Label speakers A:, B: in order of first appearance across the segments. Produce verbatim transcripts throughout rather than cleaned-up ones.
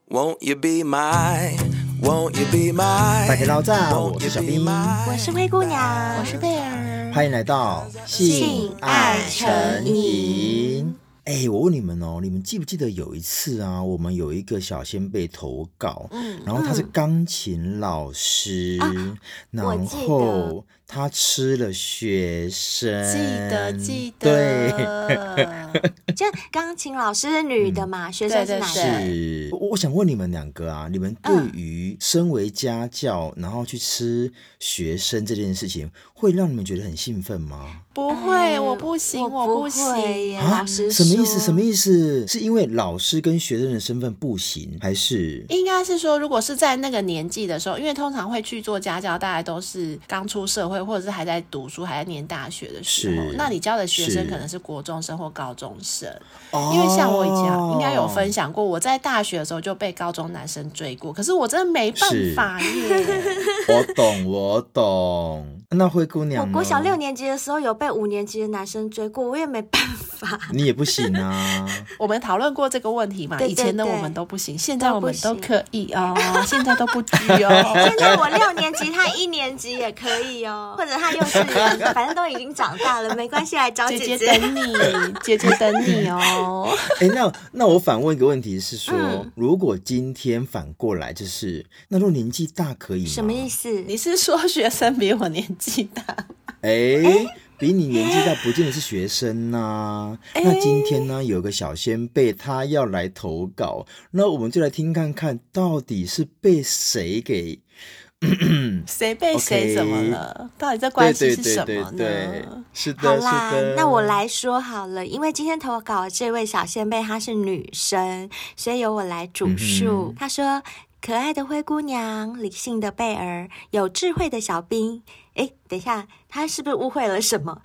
A: Won't you be my, won't you be my
B: 大家老早，我是小兵，
C: 我是灰姑娘，
D: 我是贝儿，
B: 欢迎来到
C: 性爱成瘾。
B: 哎，我问你们哦，你们记不记得有一次啊，我们有一个小先辈投稿，嗯、然后他是钢琴老师，嗯、然后他吃了学生，
D: 记得记得，
B: 对，
C: 就钢琴老师是女的嘛，嗯、学生是男的。
B: 是，我想问你们两个啊，你们对于身为家教，嗯、然后去吃学生这件事情，会让你们觉得很兴奋吗？
D: 不会，哎、我不行，我
C: 不
D: 行。
C: 老师
B: 什么意思？什么意思？是因为老师跟学生的身份不行，还是？
D: 应该是说，如果是在那个年纪的时候，因为通常会去做家教，大概都是刚出社会，或者是还在读书、还在念大学的时候。那你教的学生可能是国中生或高中生，因为像我以前应该有分享过，我在大学的时候就被高中男生追过，可是我真的没办法耶。
B: 我懂，我懂。那灰姑娘呢？
C: 我国小六年级的时候有被五年级的男生追过，我也没办法。
B: 你也不行啊。
D: 我们讨论过这个问题嘛？
C: 对对对，
D: 以前的我们都不行，现在我们都可以哦。现在都不拘哦。
C: 现在我六年级，他一年级也可以哦，或者他幼稚园，反正都已经长大了，没关系，来找姐
D: 姐。姐姐等你，姐姐等你哦。
B: 哎，那那我反问一个问题是说，嗯、如果今天反过来，就是那如果年纪大可以吗？
C: 什么意思？
D: 你是说学生比我年纪大？
B: 哎，比你年纪大不见得是学生啊。那今天呢，有个小先辈他要来投稿，那我们就来听看看，到底是被谁给
D: 谁被谁怎么了？ Okay. 到底这关系是什么呢？
B: 对对对对对，是的，
C: 好啦，
B: 是的。
C: 那我来说好了，因为今天投稿的这位小先辈她是女生，所以由我来主述。她、嗯、说：“可爱的灰姑娘，理性的贝儿，有智慧的小兵。”哎，等一下，她是不是误会了什么？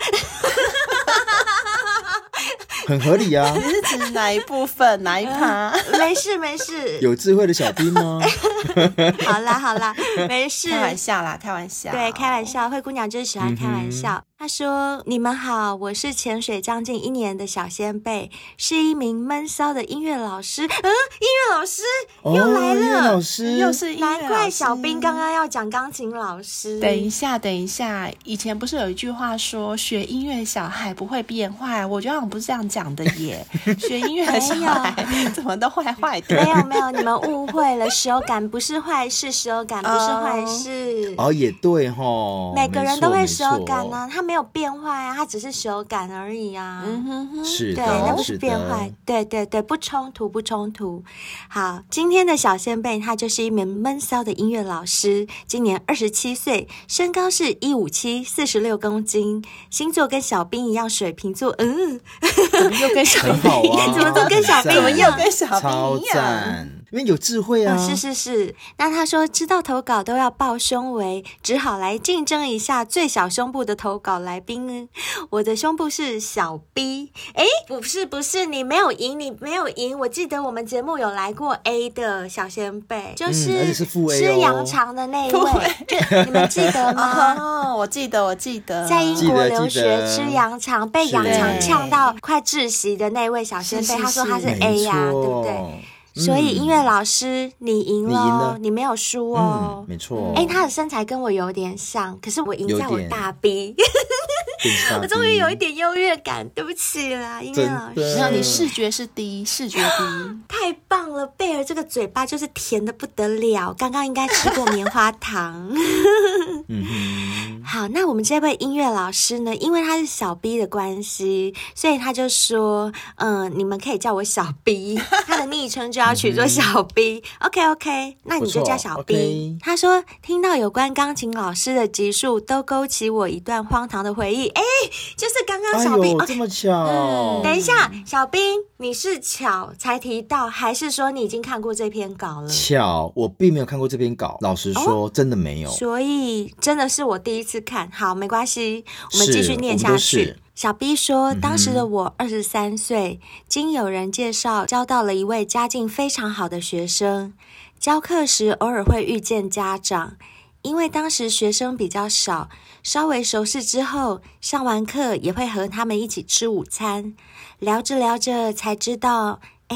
B: 很合理啊！
D: 你是指哪一部分哪一趴？
C: 没事没事，
B: 有智慧的小兵吗？
C: 好啦好啦，没事，
D: 开玩笑啦，开玩笑。
C: 对，开玩笑，灰姑娘就是喜欢开玩笑。嗯、她说：“你们好，我是潜水将近一年的小先辈，是一名闷骚的音乐老师。嗯，音乐老师又来了，
B: 哦、音乐老师
D: 又是音乐老师。
C: 难怪小兵刚刚要讲钢琴老师。
D: 等一下，等一下，以前不是有一句话说学音乐小孩不会变坏？我觉得好像不是这样讲的耶。学音乐的小孩怎么都坏坏的？
C: 没有没有，你们误会了，手感不是坏事，手感不是坏事。
B: 哦，也对齁，
C: 每个人都会手感啊，他没有变坏啊，他只是手感而已啊。
D: 嗯哼哼，
B: 是的，
C: 对，那不是变坏，对对对，不冲突，不冲突。好，今天的小先辈他就是一名闷骚的音乐老师，今年二十七岁，身高是一五七，四十六公斤，星座跟小兵一样，水瓶座。嗯，
D: 怎么又跟小兵一样？
C: 怎么都跟小兵一样？
D: 怎么又跟小兵
B: 一样？超赞！因为有智慧啊、
C: 哦！是是是。那他说知道投稿都要报胸围，只好来竞争一下最小胸部的投稿来宾呢。我的胸部是小 B。哎，不是不是，你没有赢，你没有赢。我记得我们节目有来过 A 的小先辈，就是吃羊肠的那一位，嗯哦、你们记得吗？
D: 哦，我记得，我记得，
C: 在英国留学吃羊肠，被羊肠呛到快窒息的那位小先辈，他说他是 A 呀、啊，对不对？所以音乐老师，你赢了，你, 你没有输哦、
B: 嗯，没错。
C: 哎，他的身材跟我有点像，可是我赢在我大 B， 我终于有一点优越感。对不起啦，音乐老师。
D: 让你视觉是低，视觉低，
C: 太棒了！贝儿这个嘴巴就是甜的不得了，刚刚应该吃过棉花糖。嗯、好，那我们这位音乐老师呢，因为他是小 B 的关系，所以他就说，嗯，你们可以叫我小 B， 他的昵称就要取作小 B。OK OK， 那你就叫小 B。
B: okay.
C: 他说听到有关钢琴老师的集数，都勾起我一段荒唐的回忆。哎，就是刚刚小 B，、
B: 哎呦，这么巧、
C: 嗯。等一下，小兵，你是巧才提到，还是说你已经看过这篇稿了？
B: 巧，我并没有看过这篇稿，老实说，哦、真的没有。
C: 所以真的是我第一次看。好，没关系，我们继续念下去。小 B 说，当时的我二十三岁，经有人介绍，交到了一位家境非常好的学生。教课时偶尔会遇见家长，因为当时学生比较少，稍微熟识之后，上完课也会和他们一起吃午餐。聊着聊着才知道，诶，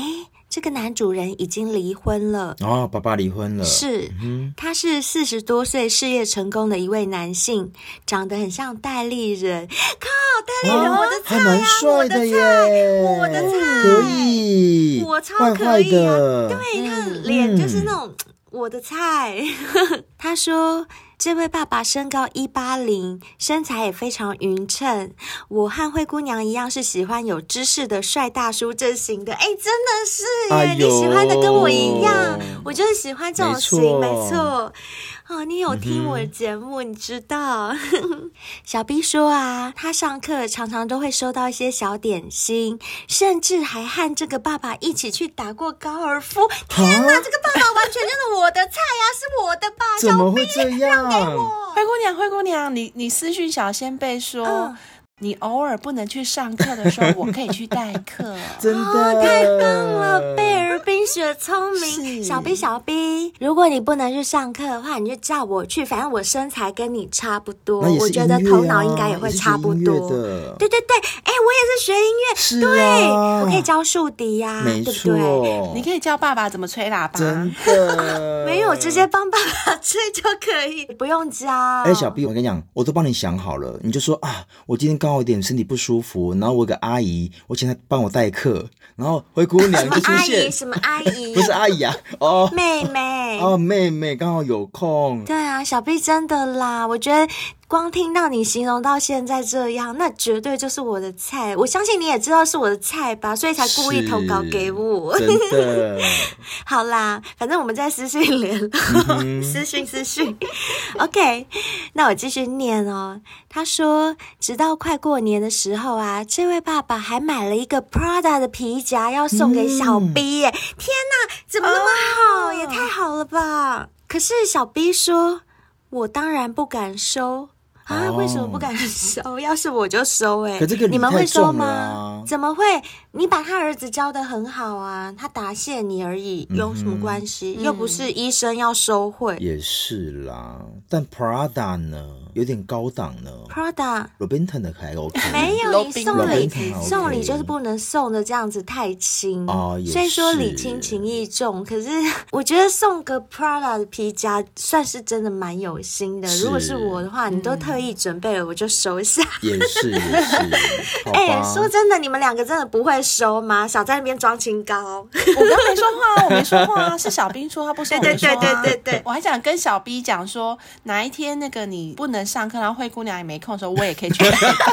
C: 这个男主人已经离婚了。
B: 哦，爸爸离婚了。
C: 是、嗯、他是四十多岁事业成功的一位男性，长得很像戴立忍。靠，戴立忍、哦、我的菜啊，
B: 还蛮帅的耶，
C: 我的菜
B: 可以，
C: 我超可以啊，
B: 坏坏的，
C: 对，他的脸就是那种、嗯、我的菜。他说这位爸爸身高一八零，身材也非常匀称。我和灰姑娘一样是喜欢有知识的帅大叔这型的。哎，真的是耶、哎、你喜欢的跟我一样，我就是喜欢这种型，没错。哦，你有听我的节目、嗯、你知道。小 B 说啊，他上课常常都会收到一些小点心，甚至还和这个爸爸一起去打过高尔夫。天哪，这个爸爸完全就是我的菜啊，是我的吧？
B: 怎么会这样？
C: 让给我。
D: 灰姑娘，灰姑娘，你你私讯小仙贝说。嗯，你偶尔不能去上课的时候，我可以去代课。
B: 真的、
C: 哦、太棒了，贝尔冰雪聪明。小 B 小 B， 如果你不能去上课的话，你就叫我去，反正我身材跟你差不多，
B: 啊、
C: 我觉得头脑应该也会差不多。对对对，哎，我也是学音乐，
B: 是、啊、
C: 对，我可以教竖笛呀、啊，对不对？
D: 你可以教爸爸怎么吹喇叭，
B: 真的
C: 没有，直接帮爸爸吹就可以，不用教。
B: 哎，小 B， 我跟你讲，我都帮你想好了，你就说啊，我今天刚好有点身体不舒服，然后我有个阿姨，我请她帮我代课，然后灰姑娘就出现。
C: 什么阿姨？什么阿姨？
B: 不是阿姨啊，哦，
C: 妹妹。
B: 哦，妹妹刚好有空。
C: 对啊，小 B 真的啦，我觉得光听到你形容到现在这样，那绝对就是我的菜。我相信你也知道是我的菜吧，所以才故意投稿给我。
B: 真的。
C: 好啦，反正我们在私讯联络，嗯、私讯私讯。OK， 那我继续念哦。他说，直到快过年的时候啊，这位爸爸还买了一个 Prada 的皮夹要送给小 B 耶、嗯！天哪，怎么那么好？哦、也太好了吧！可是小 B 说，我当然不敢收。啊，为什么不敢收？要是我就收哎、欸！
B: 可这个
C: 你们会收吗、
B: 啊？
C: 怎么会？你把他儿子教得很好啊，他答谢你而已，有什么关系、嗯？又不是医生要收贿。
B: 也是啦，但 Prada 呢，有点高档呢。
C: Prada
B: Roberta 的还 OK，
C: 没有你送礼，
B: OK、
C: 送礼就是不能送的这样子太轻
B: 哦。
C: 虽然说礼轻情意重，可是我觉得送个 Prada 的皮夹算是真的蛮有心的。如果是我的话，你都特意准备了，我就收下。
B: 也是也是。
C: 哎、欸，说真的，你们两个真的不会收吗？少在那边装清高。
D: 我刚没说话，我没说话啊，是小兵说他不收我说、啊。
C: 对对对对对，
D: 我还想跟小 B 讲说，哪一天那个你不能上课，然后灰姑娘也没空的时候，我也可以去。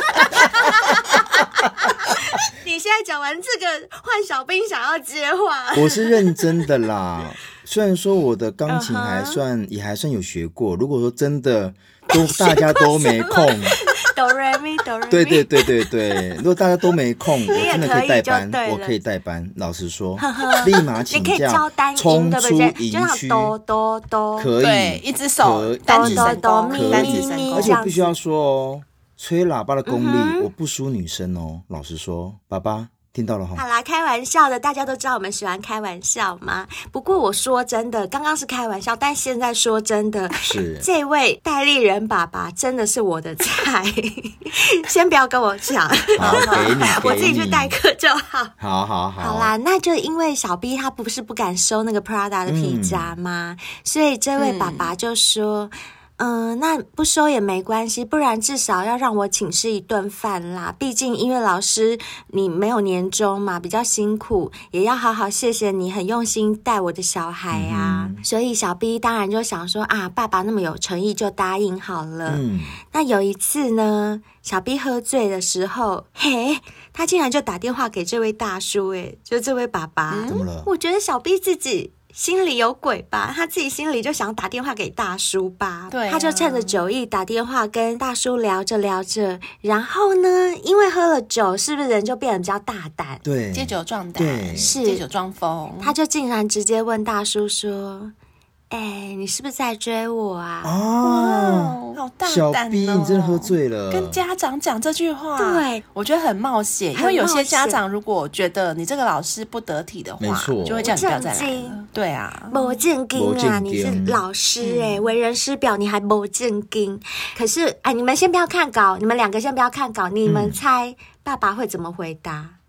C: 你现在讲完这个，换小兵想要接话。
B: 我是认真的啦，虽然说我的钢琴还算、uh-huh. 也还算有学过，如果说真的都大家都没空。
C: 哆来咪哆来咪，
B: 对对对对对，如果大家都没空，我真的可以代班，我可以代班。老实说，立马请假，冲出营区，
C: 哆哆哆，
B: 可以，
D: 一只手单指神功，
B: 可以，而且我必须要说哦，吹喇叭的功力、嗯、我不输女生哦。老实说，爸爸。听到了哈，
C: 好啦，开玩笑的，大家都知道我们喜欢开玩笑嘛。不过我说真的，刚刚是开玩笑，但现在说真的，
B: 是
C: 这位戴立忍爸爸真的是我的菜。先不要跟我讲，
B: 好，给你，
C: 我自己去代课就好。
B: 好好好，
C: 好啦，那就因为小 B 他不是不敢收那个 Prada 的皮夹吗、嗯？所以这位爸爸就说。嗯，呃，那不收也没关系，不然至少要让我请吃一顿饭啦。毕竟音乐老师你没有年终嘛，比较辛苦，也要好好谢谢你很用心带我的小孩啊。嗯、所以小 B 当然就想说啊，爸爸那么有诚意，就答应好了。嗯，那有一次呢，小 B 喝醉的时候，嘿，他竟然就打电话给这位大叔，诶，就这位爸爸。
B: 怎么了？
C: 我觉得小 B 自己。心里有鬼吧，他自己心里就想打电话给大叔吧。
D: 对、啊，
C: 他就趁着酒意打电话跟大叔聊着聊着，然后呢，因为喝了酒，是不是人就变得比较大胆？
B: 对，
D: 借酒壮胆，
C: 是
D: 借酒装疯。
C: 他就竟然直接问大叔说：“哎、欸，你是不是在追我啊？”
B: 哦，
D: 好大胆哦！
B: 小 B， 你真的喝醉了，
D: 跟家长讲这句话，
C: 对，
D: 我觉得很冒险，因为有些家长如果觉得你这个老师不得体的话，
B: 没错，
D: 就会叫你不要再来了。对啊，
C: 没正经啊，你是老师哎、欸，为人师表，你还没正经。可是哎，你们先不要看稿，你们两个先不要看稿，你们猜爸爸会怎么回答？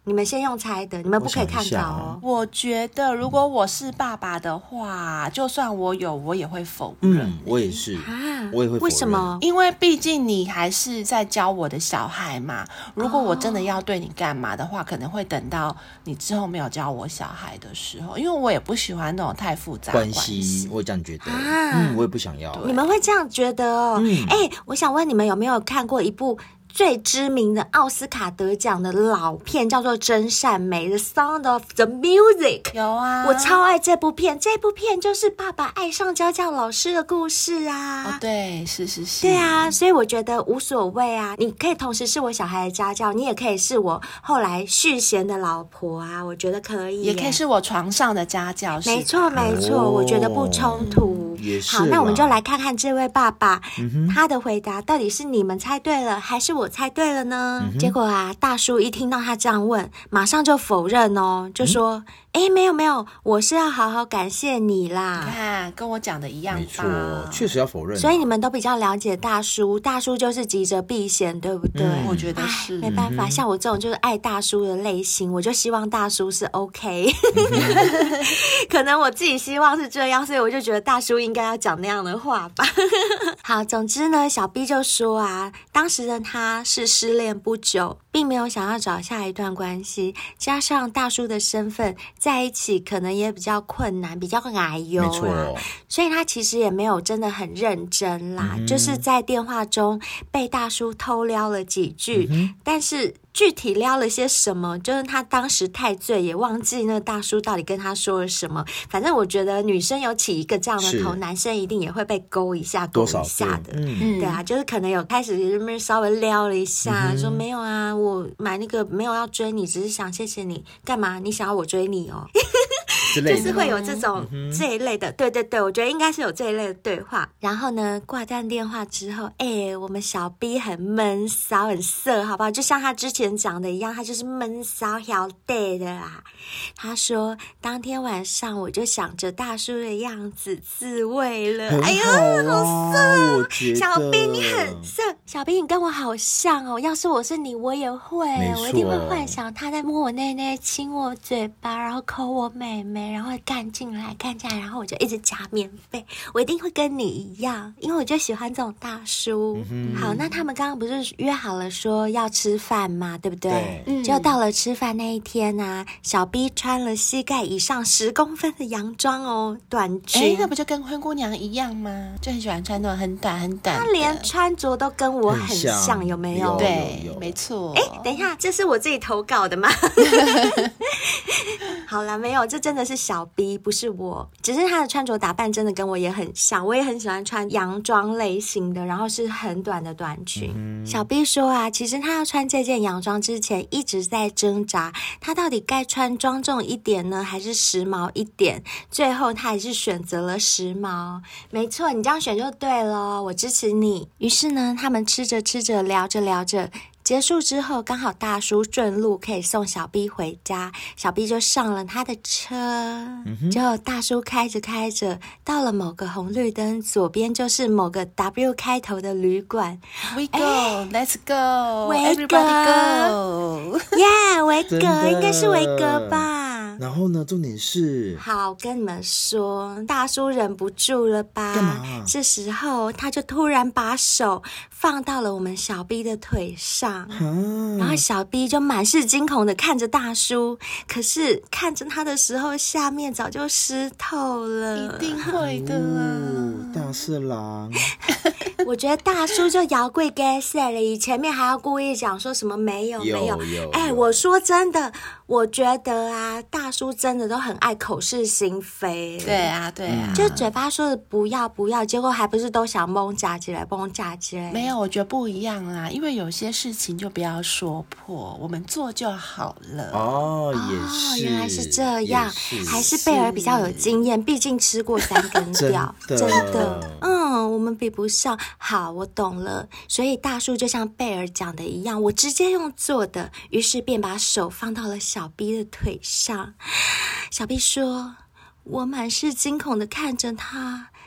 C: 你们先用猜的，你们不可以看稿哦。
D: 我觉得如果我是爸爸的话，就算我有，我也会否认。
B: 嗯，我也是
C: 啊，
B: 我也会否认。
C: 为什么？
D: 因为毕竟你还是在教我的小孩嘛。如果我真的要对你干嘛的话，哦、可能会等到你之后没有教我小孩的时候，因为我也不喜欢那种太复杂的关系。
B: 我也这样觉得，
C: 啊、
B: 嗯，我也不想要。
C: 你们会这样觉得哦？哎、嗯欸，我想问你们有没有看过一部最知名的奥斯卡得奖的老片，叫做《真善美》 The Sound of the Music。
D: 有啊，
C: 我超爱这部片，这部片就是爸爸爱上家教老师的故事啊。
D: 哦，对，是是是，
C: 对啊，所以我觉得无所谓啊，你可以同时是我小孩的家教，你也可以是我后来续弦的老婆啊，我觉得可以，
D: 也可以是我床上的家教。
C: 没错没错、哦、我觉得不冲突、
B: 嗯、也是。
C: 好，那我们就来看看这位爸爸、嗯、他的回答到底是你们猜对了还是我猜对了呢、嗯、结果啊，大叔一听到他这样问，马上就否认哦，就说哎、嗯，没有没有，我是要好好感谢你啦。
D: 你看跟我讲的一样吧。
B: 没错，确实要否认。
C: 所以你们都比较了解大叔，大叔就是急着避嫌，对不对、嗯、
D: 我觉得是。
C: 没办法、嗯、像我这种就是爱大叔的类型，我就希望大叔是 OK、嗯、可能我自己希望是这样，所以我就觉得大叔应该要讲那样的话吧。好，总之呢，小 B 就说啊，当时的他是失恋不久，并没有想要找下一段关系，加上大叔的身份在一起可能也比较困难，比较矮油啦，没错，所以他其实也没有真的很认真啦、嗯、就是在电话中被大叔偷撩了几句、嗯、但是具体撩了些什么，就是他当时太醉也忘记那大叔到底跟他说了什么。反正我觉得女生有起一个这样的头，男生一定也会被勾一下勾一下的。嗯，对啊，就是可能有开始稍微撩了一下、嗯、说没有啊，我买那个没有要追你，只是想谢谢你。干嘛？你想要我追你哦？就是会有这种、嗯、这一类的，对对对，我觉得应该是有这一类的对话。然后呢，挂断电话之后，哎，我们小 B 很闷骚很色，好不好？就像他之前讲的一样，他就是闷骚小 D 的啦。他说当天晚上我就想着大叔的样子自慰了。
B: 很好啊、
C: 哎呀好色，
B: 我觉得
C: 小 B 你很色，小 B 你跟我好像哦，要是我是你我也会，我一定会幻想他在摸我内内亲我嘴巴，然后抠我妹妹，然后干进来干进来，然后我就一直夹棉被，我一定会跟你一样，因为我就喜欢这种大叔、嗯、好，那他们刚刚不是约好了说要吃饭吗？对不对？对、嗯、就到了吃饭那一天啊，小 B 穿了膝盖以上十公分的洋装哦，短裙。
D: 哎，那不就跟灰姑娘一样吗？就很喜欢穿那种很短很短的，
C: 他连穿着都跟我很像，很像有没有？
D: 对，没错。
C: 哎，等一下，这是我自己投稿的吗？好啦，没有，这真的是小 B， 不是我。只是他的穿着打扮真的跟我也很像，我也很喜欢穿洋装类型的，然后是很短的短裙。嗯、小 B 说啊，其实他要穿这件洋装之前一直在挣扎，他到底该穿庄重一点呢，还是时髦一点？最后他还是选择了时髦。没错，你这样选就对了，我支持你。于是呢，他们吃着吃着，聊着聊着。结束之后，刚好大叔顺路可以送小 B 回家，小 B 就上了他的车。嗯、结果大叔开着开着，到了某个红绿灯，左边就是某个 W 开头的旅馆。
D: We go,、欸、let's go,
C: everybody
D: go.
C: Yeah, 维格应该是维格吧。
B: 然后呢，重点是，
C: 好，跟你们说，大叔忍不住了吧？
B: 干嘛？
C: 这时候他就突然把手放到了我们小 B 的腿上。嗯、然后小 B 就满是惊恐的看着大叔，可是看着他的时候，下面早就湿透了。
D: 一定会的啊！
B: 哦、大色狼，
C: 我觉得大叔就摇柜给塞了，以前面还要故意讲说什么没有没有。哎，我说真的，我觉得啊，大叔真的都很爱口是心非。
D: 对啊，对啊，
C: 就嘴巴说的不要不要，结果还不是都想蒙夹起来，蒙夹起来。
D: 没有，我觉得不一样啦，因为有些事情就不要说破，我们做就好了。
B: 哦，也是，
C: 哦、原来是这样，是还是贝尔比较有经验，毕竟吃过三根吊，
B: 真
C: 的，真的，嗯，我们比不上。好，我懂了。所以大叔就像贝尔讲的一样，我直接用做的，于是便把手放到了小 B 的腿上。小 B 说，我满是惊恐的看着他。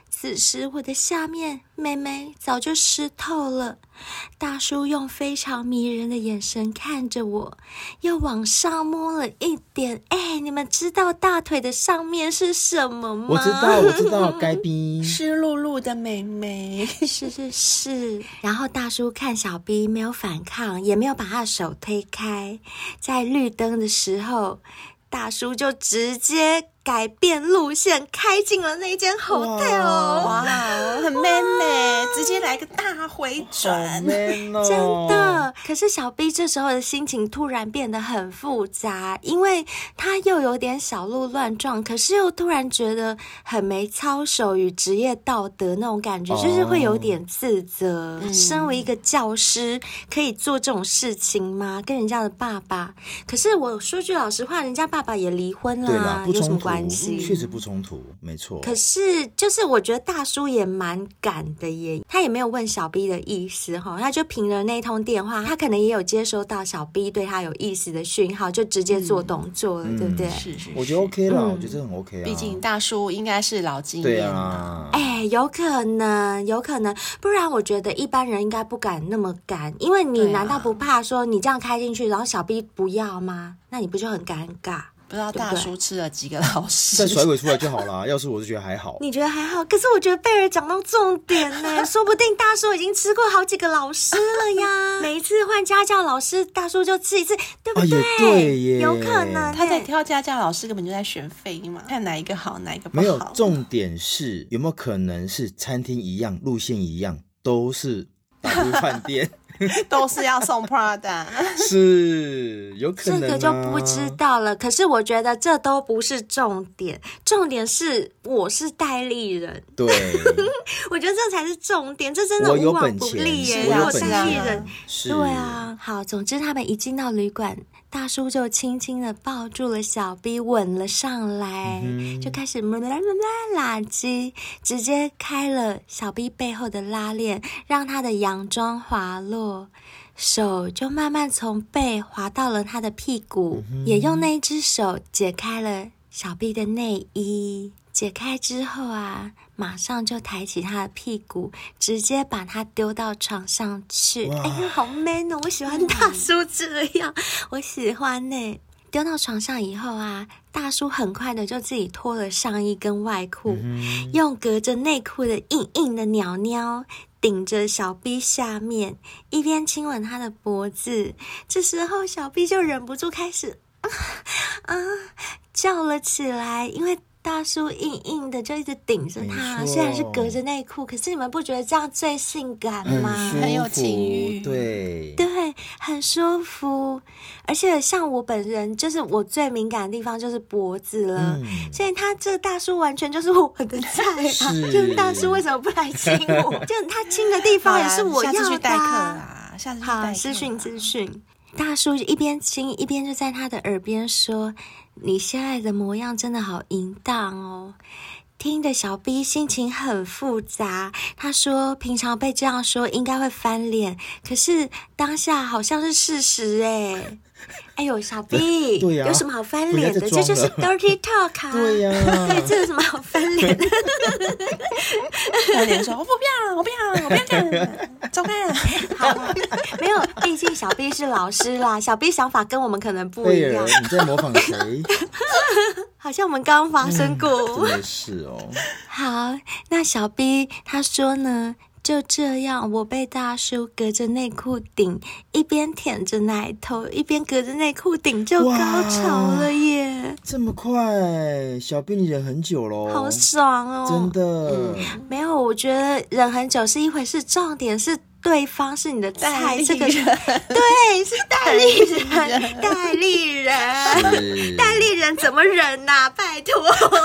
C: 此时我的下面妹妹早就湿透了，大叔用非常迷人的眼神看着我，又往上摸了一点。哎，你们知道大腿的上面是什么吗？
B: 我知道，我知道，该逼
D: 湿漉漉的妹妹，
C: 是是是。然后大叔看小 B 没有反抗，也没有把他的手推开，在绿灯的时候，大叔就直接改变路线，开进了那间 hotel。
D: 哇，很 man 呢，直接来个大回转，
B: man 哦，
C: 真的。可是小 B 这时候的心情突然变得很复杂，因为他又有点小鹿乱撞，可是又突然觉得很没操守与职业道德那种感觉，
B: 哦、
C: 就是会有点自责、
D: 嗯、
C: 身为一个教师可以做这种事情吗？跟人家的爸爸，可是我说句老实话，人家爸爸也离婚
B: 对
C: 啦，
B: 不
C: 有什么关系？
B: 确实不冲突，没错。
C: 可是就是我觉得大叔也蛮敢的耶，他也没有问小 B 的意思齁，他就凭了那通电话，他可能也有接收到小 B 对他有意思的讯号，就直接做动作了、嗯、对不对？
D: 是是是，
B: 我觉得 OK 啦、
C: 嗯、
B: 我觉得很 OK 啊，
D: 毕竟大叔应该是老经验。
B: 对啊，
C: 哎，有可能有可能，不然我觉得一般人应该不敢那么干，因为你难道不怕说你这样开进去然后小 B 不要吗？那你不就很尴尬？
D: 不知道大叔吃了几个老师，
B: 再甩尾出来就好啦。要是我就觉得还好。
C: 你觉得还好？可是我觉得贝尔讲到重点呢，说不定大叔已经吃过好几个老师了呀。每一次换家教老师，大叔就吃一次，对不对？
B: 啊、也对耶，
C: 有可能。
D: 他在挑家教老师，根本就在选妃嘛，看哪一个好，哪一个不好。
B: 没有，重点是有没有可能是餐厅一样，路线一样，都是大都饭店。
D: 都是要送 Prada，
B: 是有可能、啊、
C: 这个就不知道了。可是我觉得这都不是重点，重点是我是代理人。
B: 对，
C: 我觉得这才是重点，这真的无往不利耶。
B: 我有
C: 本钱，代理人，
B: 是，
C: 对啊。好，总之他们一进到旅馆，大叔就轻轻的抱住了小 B， 吻了上来，嗯、就开始啦啦啦啦鸡，直接开了小 B 背后的拉链，让他的洋装滑落。手就慢慢从背滑到了他的屁股、嗯、也用那一只手解开了小 B 的内衣。解开之后啊，马上就抬起他的屁股，直接把他丢到床上去。哎呀，好 man 哦，我喜欢大叔这样、嗯、我喜欢耶。丢到床上以后啊，大叔很快的就自己脱了上衣跟外裤、嗯、用隔着内裤的硬硬的鸟鸟顶着小 B 下面，一边亲吻他的脖子。这时候小 B 就忍不住开始啊啊叫了起来，因为大叔硬硬的就一直顶着他，虽然是隔着内裤，可是你们不觉得这样最性感吗？
B: 很,
D: 很有情欲，
B: 对
C: 对，很舒服。而且像我本人，就是我最敏感的地方就是脖子了，嗯、所以他这大叔完全就是我的菜啊！就是大叔为什么不来亲我？就他亲的地方也是我要的、啊。
D: 下次去代课啦，下次去代课啦。
C: 好，私讯资讯。大叔一边亲一边就在他的耳边说：“你现在的模样真的好淫荡哦。”听的小 B 心情很复杂，他说平常被这样说应该会翻脸，可是当下好像是事实耶。哎呦，小 B，
B: 对呀、啊，
C: 有什么好翻脸的？这就是 dirty talk 啊！
B: 对呀、啊，
C: 对，这有什么好翻脸的？
D: 翻脸说：“我不要，我不要，我不要看，走开了。”
C: 好，没有，毕竟小 B 是老师啦，小 B 想法跟我们可能不一样。
B: 你在模仿谁？
C: 好像我们刚刚发生过，
B: 嗯、真的是哦。
C: 好，那小 B 他说呢？就这样，我被大叔隔着内裤顶，一边舔着奶头，一边隔着内裤顶就高潮了耶！
B: 这么快，小 B 你忍很久咯，
C: 好爽哦！
B: 真的、
C: 嗯，没有，我觉得忍很久是一回事，重点是对方是你的菜，这个是对，是代理人，代理人，代理人怎么忍啊？拜托。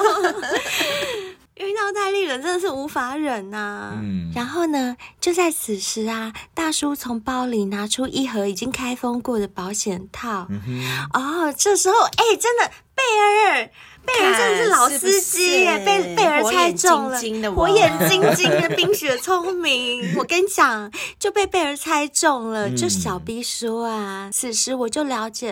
C: 遇到代理人真的是无法忍啊、嗯、然后呢就在此时啊，大叔从包里拿出一盒已经开封过的保险套、嗯、哦，这时候哎、欸，真的贝尔贝尔真的是老司机耶，被贝尔猜中了，火眼金睛的冰雪聪明。我跟你讲，就被贝尔猜中了。嗯、就小 B 说啊，此时我就了解啊、哦，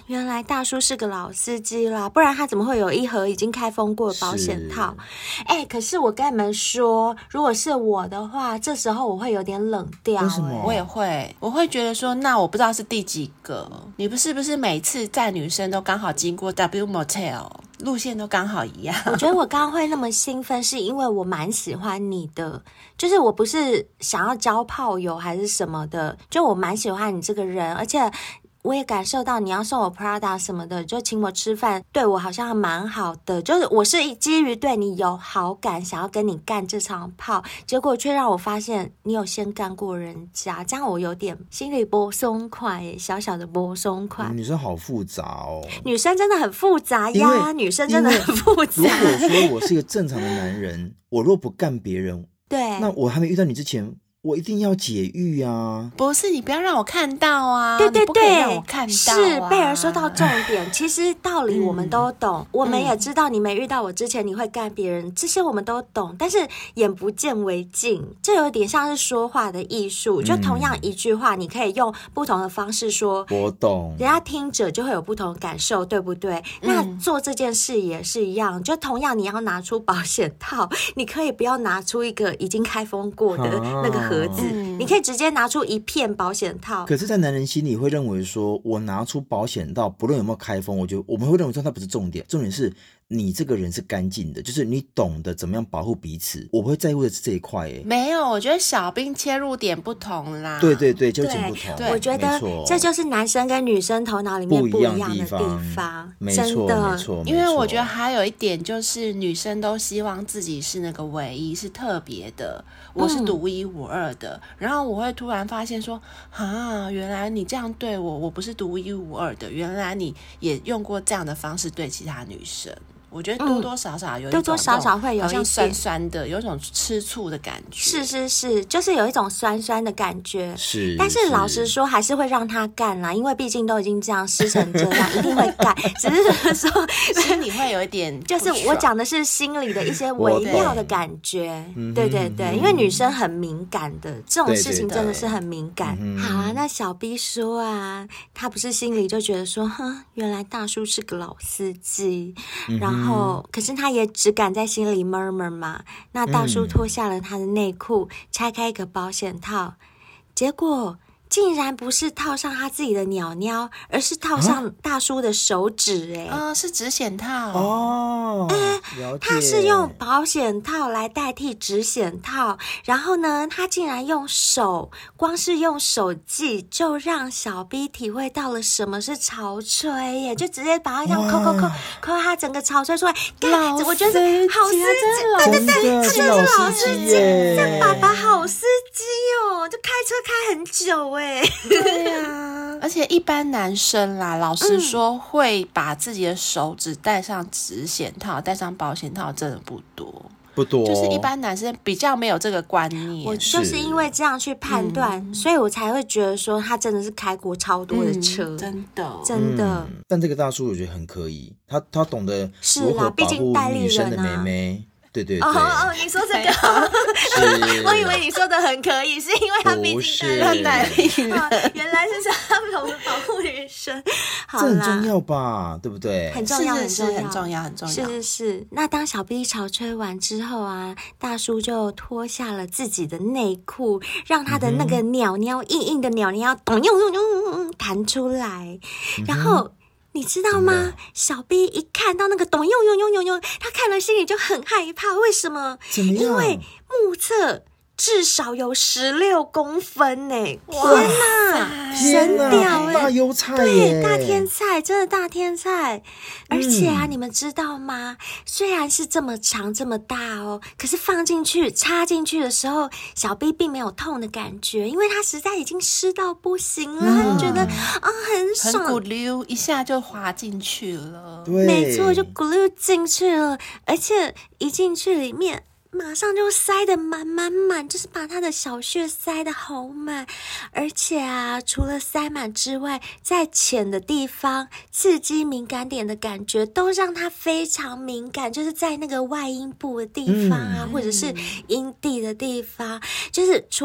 C: 原来大叔是个老司机啦，不然他怎么会有一盒已经开封过的保险套？哎、欸，可是我跟你们说，如果是我的话，这时候我会有点冷掉、欸。
B: 为什么？
D: 我也会，我会觉得说，那我不知道是第几个，你不是不是每次载女生都刚好经过 W Motel， 路线都刚好一样。
C: 我觉得我刚刚会那么兴奋，是因为我蛮喜欢你的，就是我不是想要交炮友还是什么的，就我蛮喜欢你这个人，而且我也感受到你要送我 Prada 什么的，就请我吃饭，对我好像蛮好的。就是我是基于对你有好感，想要跟你干这场炮，结果却让我发现你有先干过人家，这样我有点心里不松快耶，小小的不松快。
B: 女生好复杂哦，
C: 女生真的很复杂呀，女生真的很复杂。
B: 如果说我是一个正常的男人，我若不干别人，
C: 对，
B: 那我还没遇到你之前，我一定要解狱啊！
D: 不是，你不要让我看到啊！
C: 对对对，
D: 你不可以让我看到、啊。
C: 是贝儿说到重点，其实道理我们都懂，嗯、我们也知道你没遇到我之前你会干别人，这些我们都懂。但是眼不见为净，这有点像是说话的艺术。就同样一句话，你可以用不同的方式说，
B: 我懂，
C: 人家听者就会有不同的感受，对不对？嗯、那做这件事也是一样，就同样你要拿出保险套，你可以不要拿出一个已经开封过的那个盒子，嗯、你可以直接拿出一片保险套。
B: 可是，在男人心里会认为说，我拿出保险套，不论有没有开封，我觉得我们会认为说它不是重点，重点是你这个人是干净的，就是你懂得怎么样保护彼此。我会在乎的是这一块耶。
D: 没有，我觉得小兵切入点不同啦。
B: 对对对，就点不同。
C: 我觉得这就是男生跟女生头脑里面不一样的地方。
B: 没错，没错。
D: 因为我觉得还有一点就是，女生都希望自己是那个唯一，是特别的，我是独一无二的。嗯、然后我会突然发现说，啊，原来你这样对我，我不是独一无二的。原来你也用过这样的方式对其他女生。我觉得多多少少有一种、嗯、
C: 多多少少会有一
D: 好像酸酸的，有一种吃醋的感觉。
C: 是是是，就是有一种酸酸的感觉。
B: 是，
C: 但是老实说，还是会让他干啦，因为毕竟都已经这样湿成这样，一定会干。只是说
D: 心里会有一点，
C: 就是我讲的是心里的一些微妙的感觉。对对对，因为女生很敏感的，这种事情真的是很敏感。对对对，好啊，那小 B 说啊，他不是心里就觉得说，哼，原来大叔是个老司机，嗯、然后。后，可是他也只敢在心里 murmur 嘛。那大叔脱下了他的内裤，嗯、拆开一个保险套，结果竟然不是套上他自己的鸟鸟，而是套上大叔的手指、欸。哎、
D: 啊，呃，是指险套
B: 哦。
C: 哎、欸，他是用保险套来代替指险套，然后呢，他竟然用手，光是用手技就让小 B 体会到了什么是潮吹耶，就直接把他这样抠抠抠抠他整个潮吹出来。
D: 老
C: 我觉得好司机，对对对，他真的是老司机，这爸爸好司机哦，就开车开很久哎。
D: 对呀、啊，而且一般男生啦，老实说，嗯、会把自己的手指戴上指险套、戴上保险套，真的不多，
B: 不多。
D: 就是一般男生比较没有这个观念。
C: 我就是因为这样去判断，嗯、所以我才会觉得说他真的是开过超多的车，
D: 嗯、真的
C: 真的、嗯。
B: 但这个大叔我觉得很可以，他他懂得如何保护女生的妹妹。对对对，
C: 哦哦，你说这个，我以为你说的很可以，是因为他毕竟他代理人，原来是他们懂得保护女生，
B: 这很重要吧？对不对？
C: 很重要，很重要，
D: 很重要，很重要。
C: 是是是。那当小 B 潮吹完之后啊，大叔就脱下了自己的内裤，让他的那个鸟鸟硬硬的鸟鸟咚咚咚咚弹出来，然后。你知道吗？小 B 一看到那个咚用用用用用，他看了心里就很害怕。为什么？
B: 怎么样？
C: 因为目测至少有十六公分呢！天哪，神屌哎！
B: 大优菜耶，
C: 对，大天菜，真的大天菜。而且啊，嗯、你们知道吗？虽然是这么长这么大哦，可是放进去插进去的时候，小 B 并没有痛的感觉，因为他实在已经湿到不行了，嗯、他就觉得啊很爽，
D: 很咕溜一下就滑进去了。
B: 对，
C: 没错，就咕溜进去了，而且一进去里面。马上就塞得满满满，就是把他的小穴塞得好满，而且啊，除了塞满之外，在浅的地方刺激敏感点的感觉都让他非常敏感，就是在那个外阴部的地方啊，嗯、或者是阴蒂的地方，就是除了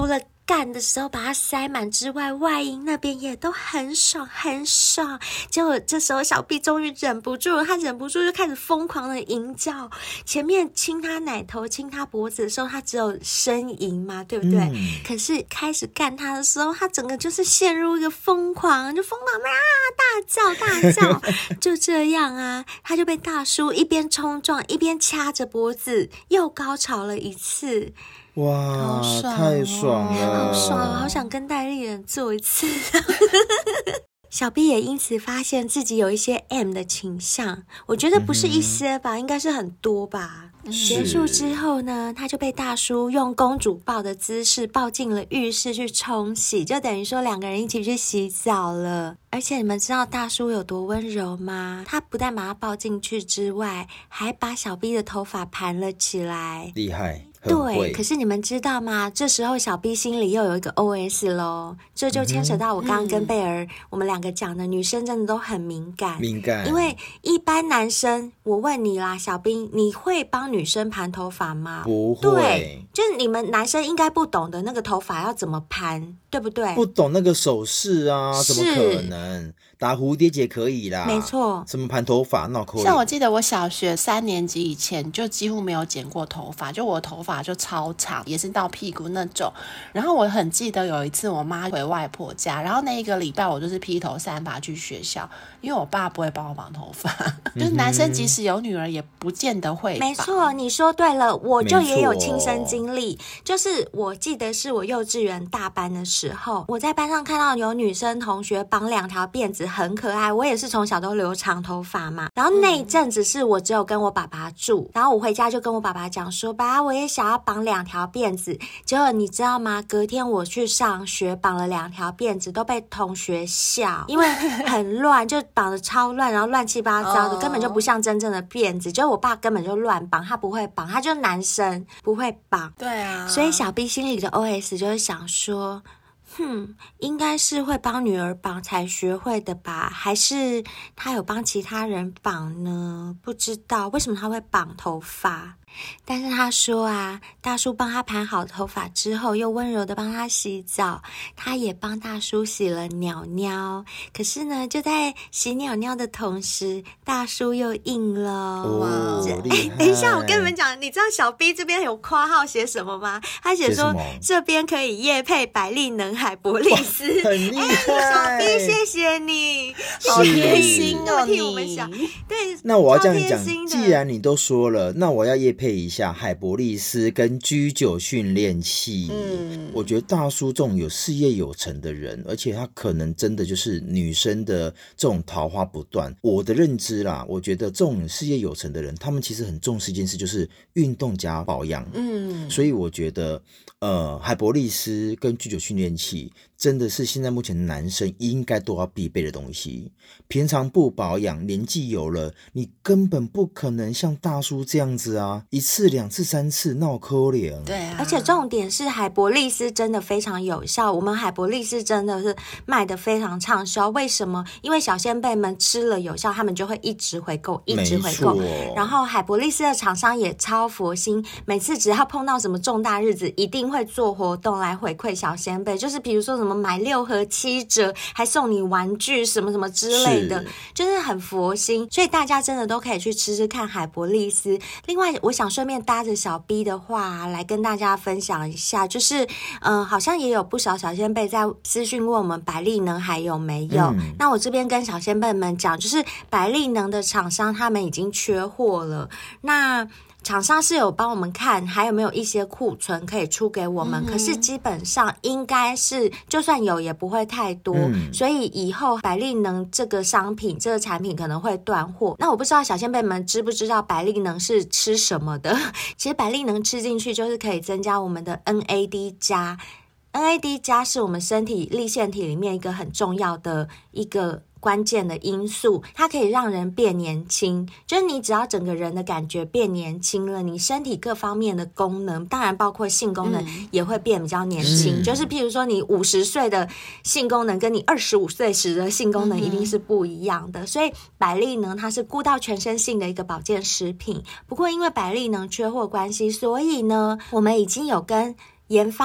C: 干的时候把它塞满之外，外阴那边也都很爽很爽。结果这时候小 B 终于忍不住了，他忍不住就开始疯狂的淫叫。前面亲他奶头亲他脖子的时候他只有呻吟嘛，对不对、嗯、可是开始干他的时候他整个就是陷入一个疯狂，就疯狂啊大叫大叫就这样啊，他就被大叔一边冲撞一边掐着脖子又高潮了一次。
B: 哇，
D: 爽哦、
B: 太爽了，
C: 好爽，好想跟戴立人做一次小 B 也因此发现自己有一些 M 的倾向，我觉得不是一些吧、嗯、应该是很多吧。结束之后呢，他就被大叔用公主抱的姿势抱进了浴室去冲洗，就等于说两个人一起去洗澡了。而且你们知道大叔有多温柔吗？他不但把他抱进去之外，还把小 B 的头发盘了起来，
B: 厉害。
C: 对，可是你们知道吗？这时候小 B 心里又有一个 O S 咯，这就牵扯到我刚刚跟贝儿、嗯、我们两个讲的，女生真的都很敏感，
B: 敏感。
C: 因为一般男生，我问你啦，小 B， 你会帮女生盘头发吗？
B: 不会。
C: 对，就是你们男生应该不懂得那个头发要怎么盘，对不对？
B: 不懂那个手势啊，怎么可能？打蝴蝶结可以啦，
C: 没错。
B: 什么盘头发那可以。
D: 像我记得我小学三年级以前就几乎没有剪过头发，就我头发就超长，也是到屁股那种。然后我很记得有一次我妈回外婆家，然后那一个礼拜我就是披头散发去学校，因为我爸不会帮我绑头发、嗯、就是男生即使有女儿也不见得会绑。
C: 没错，你说对了，我就也有亲身经历，就是我记得是我幼稚园大班的时候，我在班上看到有女生同学绑两条辫子很可爱，我也是从小都留长头发嘛。然后那一阵子是我只有跟我爸爸住，然后我回家就跟我爸爸讲说，爸，我也想要绑两条辫子。结果你知道吗？隔天我去上学，绑了两条辫子，都被同学笑，因为很乱，就绑得超乱，然后乱七八糟的，根本就不像真正的辫子。结果我爸根本就乱绑，他不会绑，他就男生不会绑。
D: 对啊，
C: 所以小 B 心里的 O S 就是想说，哼，应该是会帮女儿绑才学会的吧？还是他有帮其他人绑呢？不知道为什么他会绑头发。但是他说啊，大叔帮他盘好头发之后，又温柔的帮他洗澡，他也帮大叔洗了鸟鸟。可是呢，就在洗鸟鸟的同时，大叔又硬了。
B: 哦，
C: 哎，等一下，我跟你们讲，你知道小 B 这边有括号写什么吗？他写说这边可以业配百利能海博利斯，
B: 很厉害。
C: 小 B 谢谢你，
D: 好贴心哦，
C: 替我们想。对，
B: 那我要这样讲，既然你都说了，那我要业配一下海博利斯跟居酒训练器。嗯，我觉得大叔这种有事业有成的人，而且他可能真的就是女生的这种桃花不断。我的认知啦，我觉得这种事业有成的人，他们其实很重视一件事，就是运动加保养。嗯，所以我觉得呃，海博利斯跟居酒训练器真的是现在目前男生应该都要必备的东西。平常不保养，年纪有了，你根本不可能像大叔这样子啊，一次两次三次闹可怜。
D: 对啊，
C: 而且重点是海博利斯真的非常有效，我们海博利斯真的是卖得非常畅销。为什么？因为小仙贝们吃了有效，他们就会一直回购，一直回购。然后海博利斯的厂商也超佛心，每次只要碰到什么重大日子，一定会做活动来回馈小仙贝，就是比如说什么买六盒七折，还送你玩具什么什么之类的，就是很佛心。所以大家真的都可以去吃吃看海博利斯。另外，我想顺便搭着小 B 的话来跟大家分享一下，就是嗯、呃，好像也有不少小仙贝在私讯问我们百利能还有没有、嗯、那我这边跟小仙贝们讲，就是百利能的厂商他们已经缺货了，那厂商是有帮我们看还有没有一些库存可以出给我们、嗯、可是基本上应该是就算有也不会太多、嗯、所以以后百利能这个商品这个产品可能会断货。那我不知道小仙贝们知不知道百利能是吃什么的。其实百利能吃进去就是可以增加我们的 N A D 加N A D 加是我们身体粒线体里面一个很重要的一个关键的因素，它可以让人变年轻，就是你只要整个人的感觉变年轻了，你身体各方面的功能，当然包括性功能也会变比较年轻、嗯、就是譬如说你五十岁的性功能跟你二十五岁时的性功能一定是不一样的、嗯、所以百利能它是顾到全身性的一个保健食品。不过因为百利能缺货关系，所以呢我们已经有跟研发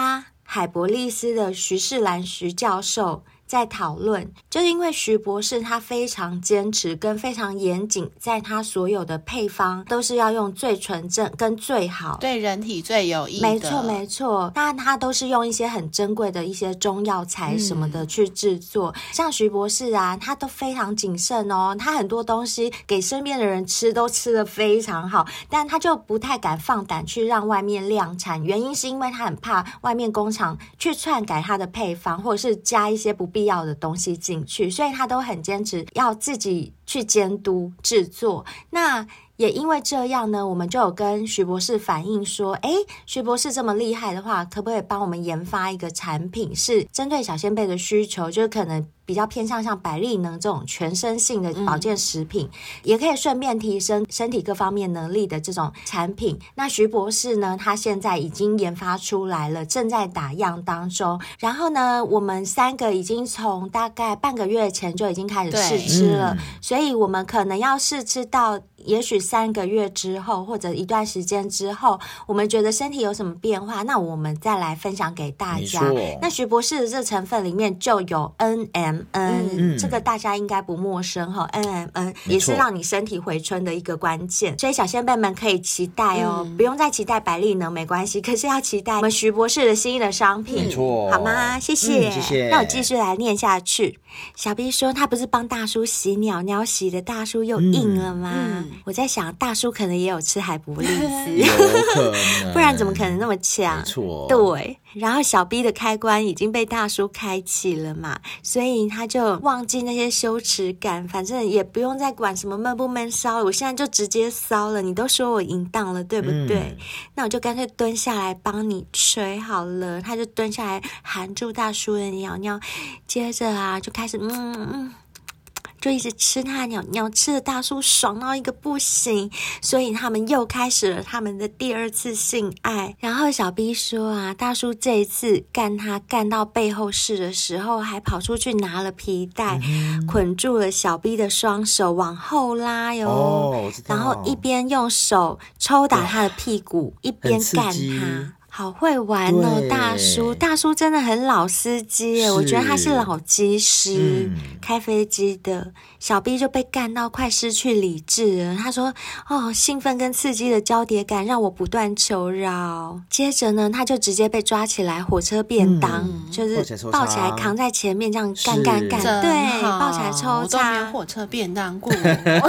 C: 海博利斯的徐世兰徐教授在讨论，就是因为徐博士他非常坚持跟非常严谨，在他所有的配方都是要用最纯正跟最好，
D: 对人体最有益的，
C: 没错没错。那他都是用一些很珍贵的一些中药材什么的去制作、嗯、像徐博士啊，他都非常谨慎哦，他很多东西给身边的人吃都吃得非常好，但他就不太敢放胆去让外面量产，原因是因为他很怕外面工厂去篡改他的配方，或者是加一些不必要的东西进去，所以他都很坚持要自己去监督制作。那也因为这样呢，我们就有跟徐博士反映说，诶，徐博士这么厉害的话，可不可以帮我们研发一个产品是针对小仙贝的需求，就是可能比较偏向像百利能这种全身性的保健食品、嗯、也可以顺便提升身体各方面能力的这种产品。那徐博士呢，他现在已经研发出来了，正在打样当中。然后呢，我们三个已经从大概半个月前就已经开始试吃了、嗯、所以我们可能要试吃到也许三个月之后，或者一段时间之后，我们觉得身体有什么变化，那我们再来分享给大家。那徐博士的这成分里面就有 N M N、嗯、这个大家应该不陌生哈 N M N 也是让你身体回春的一个关键，所以小仙贝们可以期待哦、嗯、不用再期待百利能没关系，可是要期待我们徐博士的新的商品，
B: 没错，
C: 好吗？谢谢、
B: 嗯、谢谢。
C: 那我继续来念下去。小 B 说他不是帮大叔洗鸟鸟，洗的大叔又硬了吗、嗯、我在想大叔可能也有吃海博利斯
B: 有可能
C: 不然怎么可能那么强？
B: 没错，
C: 对。然后小 B 的开关已经被大叔开启了嘛，所以他就忘记那些羞耻感，反正也不用再管什么闷不闷骚了，我现在就直接骚了，你都说我淫荡了对不对、嗯、那我就干脆蹲下来帮你吹好了。他就蹲下来含住大叔的鸟鸟，接着啊就开始嗯嗯就一直吃他的鸟鸟，吃的大叔爽到一个不行，所以他们又开始了他们的第二次性爱。然后小 B 说啊，大叔这一次干他干到背后式的时候，还跑出去拿了皮带、嗯、捆住了小 B 的双手往后拉哟、
B: 哦、我知道，
C: 然后一边用手抽打他的屁股一边干他，好会玩哦，大叔，大叔真的很老司机耶，我觉得他是老机师、嗯、开飞机的。小 B 就被干到快失去理智了，他说哦，兴奋跟刺激的交叠感让我不断求饶。接着呢，他就直接被抓起来火车便当、嗯、就是抱起来扛在前面这样干干干，对，抱起来抽插。
D: 我都没有火车便当过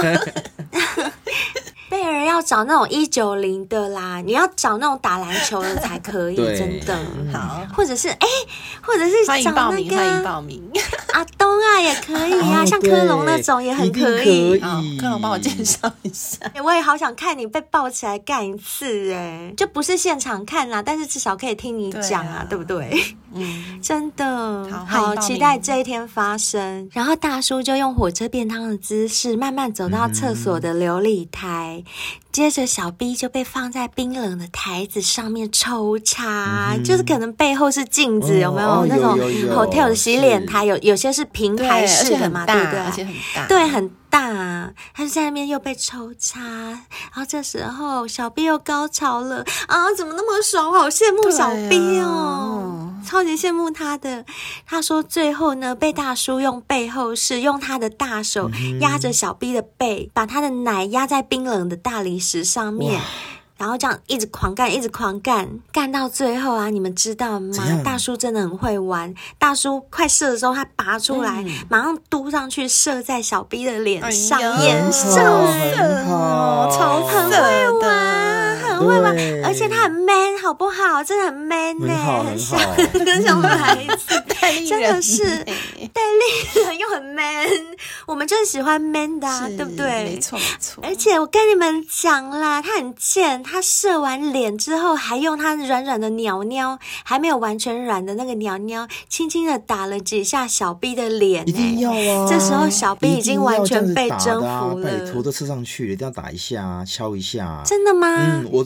C: 贝尔要找那种一九零的啦，你要找那种打篮球的才可以真的、
D: 嗯、好，
C: 或者是哎，或者是找那个欢迎
D: 欢迎报名
C: 阿东啊也可以啊、哦、像科隆那种也很可以，
D: 好，科隆帮我介绍一下、
C: 欸、我也好想看你被抱起来干一次哎，就不是现场看啦，但是至少可以听你讲啊， 对, 啊对不对？嗯，真的 好, 好期待这一天发生。然后大叔就用火车便当的姿势慢慢走到厕所的流理台、嗯、接着小 B 就被放在冰冷的台子上面抽插、嗯、就是可能背后是镜子、哦、有没有、哦、那种 hotel 的洗脸台，有有些是平台式的嘛， 对, 对不对？
D: 而且很大，
C: 对，很大，他就在那边又被抽插，然后这时候小 B 又高潮了啊！怎么那么爽？我好羡慕小 B 哦、啊，超级羡慕他的。他说最后呢，被大叔用背后式，用他的大手压着小 B 的背，把他的奶压在冰冷的大理石上面。然后这样一直狂干一直狂干，干到最后啊，你们知道吗？大叔真的很会玩，大叔快射的时候他拔出来、嗯、马上嘟上去射在小 B 的脸上，眼上射哦，超很会玩很会玩，而且他很 man 好不好？真的很 man 呢、欸，很像跟小孩子真的是带力人又很 man， 我们就是喜欢 man 的、啊、对不对？
D: 没错没错。
C: 而且我跟你们讲啦，他很贱，他射完脸之后还用他软软的鸟鸟，还没有完全软的那个鸟鸟轻轻的打了几下小 B 的脸、欸、
B: 一定要啊，
C: 这时候小 B 已经完全被征服了，
B: 拜托都射上去了，一定要打一下敲一下。
C: 真的吗？
B: 嗯，我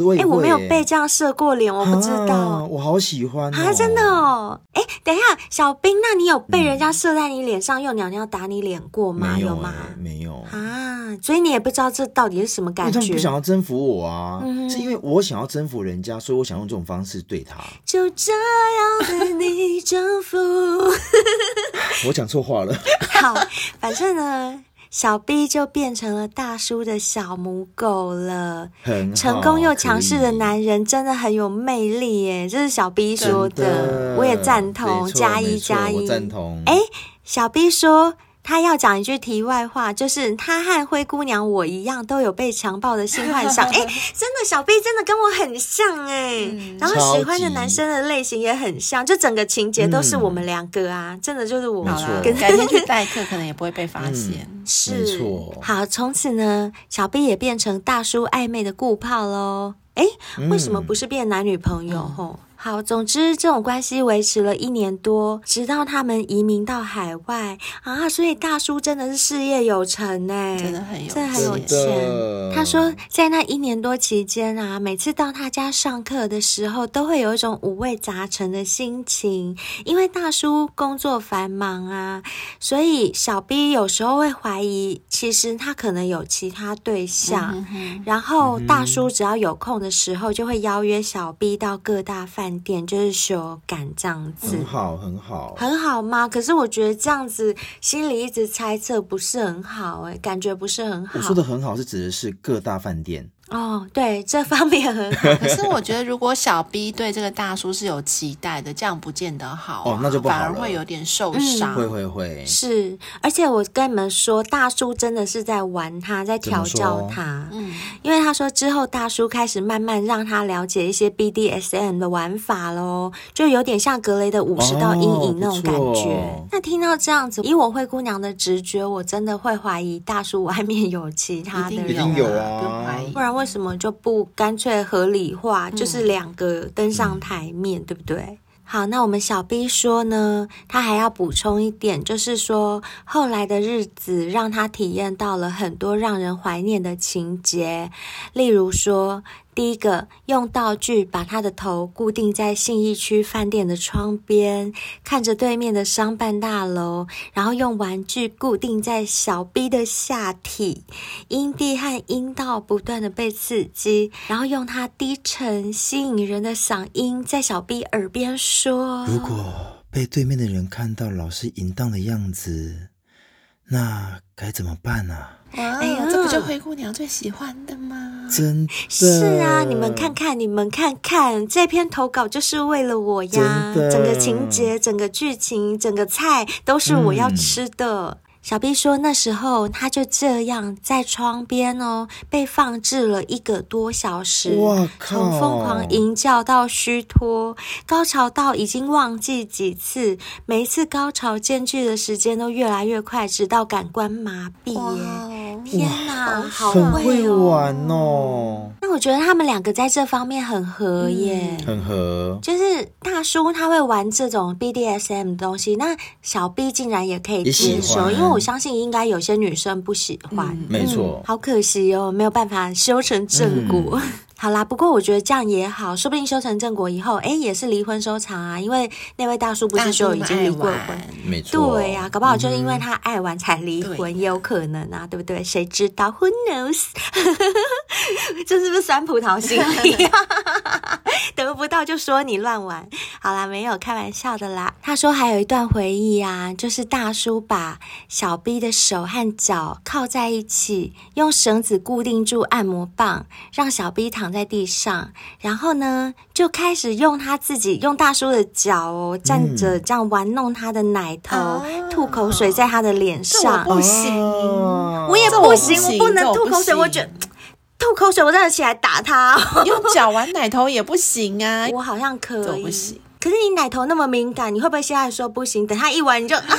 B: 我也会。
C: 哎，我没有被这样射过脸，我不知道。
B: 啊、我好喜欢、哦、
C: 啊，真的哦。哎，等一下，小兵，那你有被人家射在你脸上，嗯、用鸟鸟打你脸过吗？
B: 没有、
C: 有吗？
B: 没有
C: 啊，所以你也不知道这到底是什么感觉。
B: 因为他们不想要征服我啊，嗯、是因为我想要征服人家，所以我想用这种方式对他。
C: 就这样被你征服。
B: 我讲错话了。
C: 好，反正呢。小 B 就变成了大叔的小母狗了，
B: 很
C: 成功又强势的男人真的很有魅力耶，这是小 B 说的，
B: 的
C: 我也赞同，加一加一，
B: 我赞同。
C: 哎，小 B 说他要讲一句题外话，就是他和灰姑娘我一样都有被强暴的性幻想。哎，真的小 B 真的跟我很像哎、嗯，然后喜欢的男生的类型也很像，就整个情节都是我们两个啊、嗯、真的就是我们
D: 跟改天去代课可能也不会被发现、
C: 嗯、是好，从此呢小 B 也变成大叔暧昧的顾炮咯。哎，为什么不是变男女朋友吼、嗯好，总之这种关系维持了一年多，直到他们移民到海外啊，所以大叔真的是事业有成哎，
D: 真的很有
C: 真的很有钱。他说在那一年多期间啊，每次到他家上课的时候，都会有一种五味杂陈的心情，因为大叔工作繁忙啊，所以小 B 有时候会怀疑，其实他可能有其他对象。嗯哼哼然后大叔只要有空的时候，就会邀约小 B 到各大饭店就是修改这样子，
B: 很好很好
C: 很好吗？可是我觉得这样子心里一直猜测不是很好哎、欸，感觉不是很好。
B: 我说的很好是指的是各大饭店
C: 哦，对，这方面很好。
D: 可是我觉得如果小 B 对这个大叔是有期待的，这样不见得好、啊、
B: 哦，那就不好了，
D: 反而会有点受伤、
B: 嗯、会会会
C: 是，而且我跟你们说大叔真的是在玩他，在调教他。嗯，因为他说之后大叔开始慢慢让他了解一些 B D S M 的玩法咯，就有点像格雷的五十道阴影那种感觉、哦、那听到这样子，以我灰姑娘的直觉，我真的会怀疑大叔外面有其他的人。
B: 一定有啊，
C: 不然为什么就不干脆合理化、嗯、就是两个登上台面、嗯、对不对？好，那我们小 B 说呢，他还要补充一点，就是说后来的日子让他体验到了很多让人怀念的情节，例如说第一个，用道具把他的头固定在信义区饭店的窗边，看着对面的商办大楼，然后用玩具固定在小 B 的下体，阴蒂和阴道不断的被刺激，然后用他低沉吸引人的嗓音在小 B 耳边说，
B: 如果被对面的人看到老是淫荡的样子，那该怎么办啊？
D: 哇，哎呀，这不就灰姑娘最喜欢的吗？
B: 真的
C: 是啊，你们看看，你们看看，这篇投稿就是为了我呀！整个情节、整个剧情、整个菜都是我要吃的。嗯小 B 说那时候他就这样在窗边哦，被放置了一个多小时，从疯狂淫叫到虚脱，高潮到已经忘记几次，每一次高潮间距的时间都越来越快，直到感官麻痹耶！天哪，好
B: 很会玩哦！
C: 那我觉得他们两个在这方面很合耶，
B: 嗯、很合。
C: 就是大叔他会玩这种 B D S M 的东西，那小 B 竟然也可以接受，因为我相信应该有些女生不喜欢，
B: 嗯、没错、
C: 嗯，好可惜哦，没有办法修成正果。嗯好啦，不过我觉得这样也好，说不定修成正果以后，哎，也是离婚收场啊，因为那位大叔不是就已经离过婚，
B: 没错，
C: 对呀、啊，搞不好就是因为他爱玩才离婚，嗯、也有可能啊，对不对？谁知道 ？Who knows？ 这是不是酸葡萄心理？得不到就说你乱玩。好啦，没有开玩笑的啦。他说还有一段回忆啊，就是大叔把小 B 的手和脚靠在一起，用绳子固定住按摩棒，让小 B 躺在地上，然后呢就开始用他自己用大叔的脚哦站着这样玩弄他的奶头、嗯、吐口水在他的脸上。
D: 这我不行、
C: 哦、我也不行，我不能吐口水，我觉得吐口水我真的起来打他、哦、
D: 用脚玩奶头也不行啊。
C: 我好像可以，
D: 这我不行。
C: 可是你奶头那么敏感，你会不会现在说不行，等他一玩你就、啊、